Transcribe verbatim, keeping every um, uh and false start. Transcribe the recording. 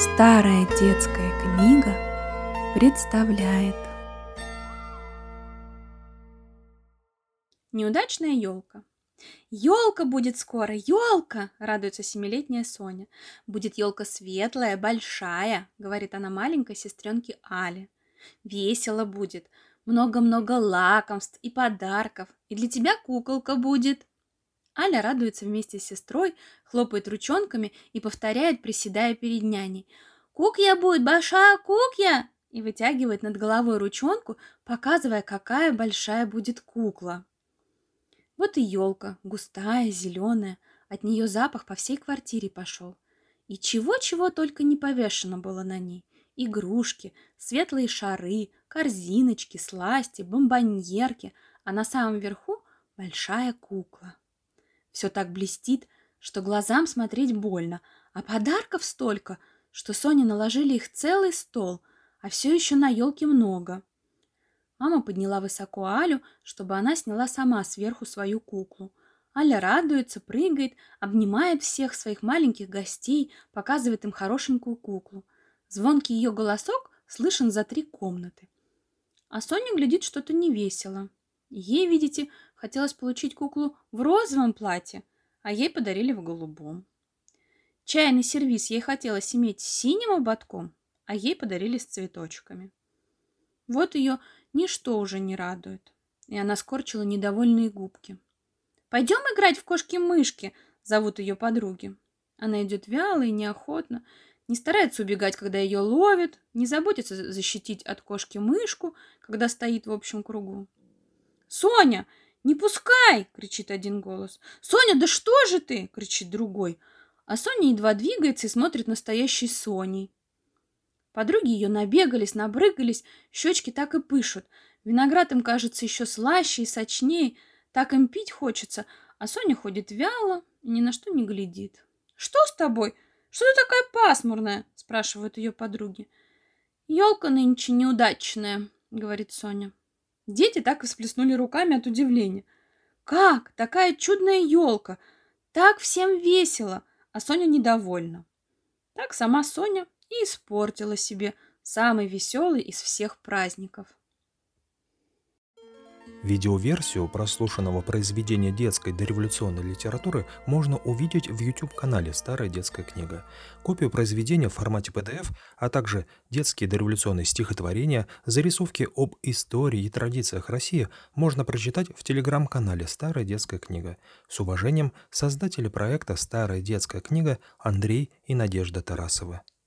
Старая детская книга представляет. Неудачная елка. Елка будет скоро, елка! Радуется семилетняя Соня. Будет елка светлая, большая, говорит она маленькой сестренке Але. Весело будет, много-много лакомств и подарков, и для тебя куколка будет. Аля радуется вместе с сестрой, хлопает ручонками и повторяет, приседая перед няней: «Кукья будет, большая кукья!» и вытягивает над головой ручонку, показывая, какая большая будет кукла. Вот и елка, густая, зеленая, от нее запах по всей квартире пошел. И чего-чего только не повешено было на ней. Игрушки, светлые шары, корзиночки, сласти, бомбоньерки, а на самом верху большая кукла. Все так блестит, что глазам смотреть больно, а подарков столько, что Соне наложили их целый стол, а все еще на елке много. Мама подняла высоко Алю, чтобы она сняла сама сверху свою куклу. Аля радуется, прыгает, обнимает всех своих маленьких гостей, показывает им хорошенькую куклу. Звонкий ее голосок слышен за три комнаты. А Соня глядит что-то невесело. Ей, видите, хотелось получить куклу в розовом платье, а ей подарили в голубом. Чайный сервиз ей хотелось иметь с синим ободком, а ей подарили с цветочками. Вот ее ничто уже не радует, и она скорчила недовольные губки. «Пойдем играть в кошки-мышки», — зовут ее подруги. Она идет вяло и неохотно, не старается убегать, когда ее ловят, не заботится защитить от кошки мышку, когда стоит в общем кругу. «Соня, не пускай!» — кричит один голос. «Соня, да что же ты?» — кричит другой. А Соня едва двигается и смотрит настоящей Соней. Подруги ее набегались, набрыгались, щечки так и пышут. Виноград им кажется еще слаще и сочнее, так им пить хочется, а Соня ходит вяло и ни на что не глядит. «Что с тобой? Что ты такая пасмурная?» — спрашивают ее подруги. «Елка нынче неудачная», — говорит Соня. Дети так и всплеснули руками от удивления. «Как? Такая чудная елка! Так всем весело!» А Соня недовольна. Так сама Соня и испортила себе самый веселый из всех праздников. Видеоверсию прослушанного произведения детской дореволюционной литературы можно увидеть в YouTube-канале «Старая детская книга». Копию произведения в формате пи ди эф, а также детские дореволюционные стихотворения, зарисовки об истории и традициях России можно прочитать в телеграм-канале «Старая детская книга». С уважением, создатели проекта «Старая детская книга» Андрей и Надежда Тарасовы.